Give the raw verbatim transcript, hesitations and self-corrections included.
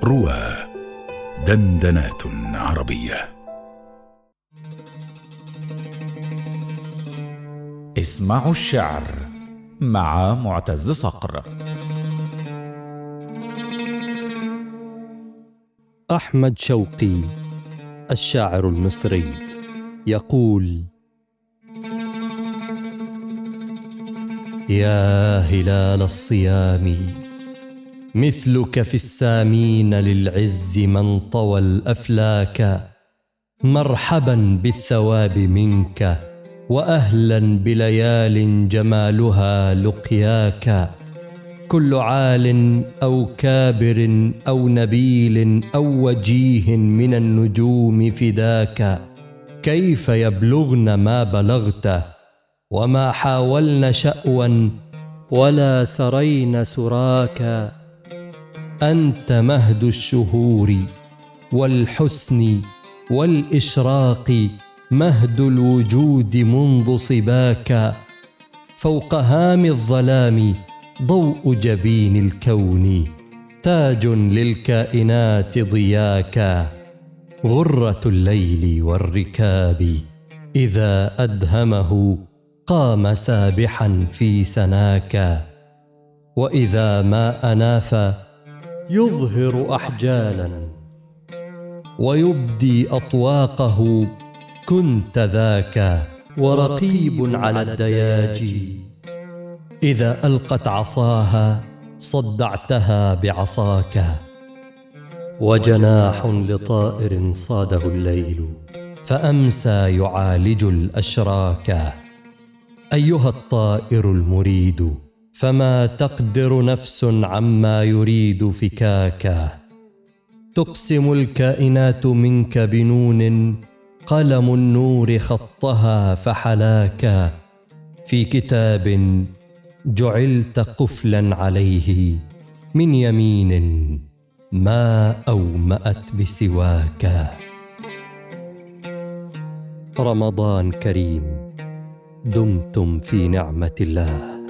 روى دندنات عربية. اسمعوا الشعر مع معتز صقر. أحمد شوقي الشاعر المصري يقول: يا هلال الصيام مثلك في السامين للعز من طوى الأفلاك، مرحبا بالثواب منك وأهلا بليال جمالها لقياك. كل عال أو كابر أو نبيل أو وجيه من النجوم فداك، كيف يبلغن ما بلغت وما حاولن شأوا ولا سرين سراك. أنت مهد الشهور والحسن والإشراق، مهد الوجود منذ صباك. فوق هام الظلام ضوء جبين الكون، تاج للكائنات ضياك. غرة الليل والركاب إذا أدهمه قام سابحا في سناك، وإذا ما أناف يظهر أحجالا ويبدي أطواقه. كنت ذاك ورقيب على الدياجي، إذا ألقت عصاها صدعتها بعصاك. وجناح لطائر صاده الليل فأمسى يعالج الأشراك. أيها الطائر المريد، فما تقدر نفس عما يريد فكاك. تقسم الكائنات منك بنون، قلم النور خطها فحلاك. في كتاب جعلت قفلا عليه، من يمين ما أومأت بسواك. رمضان كريم، دمتم في نعمة الله.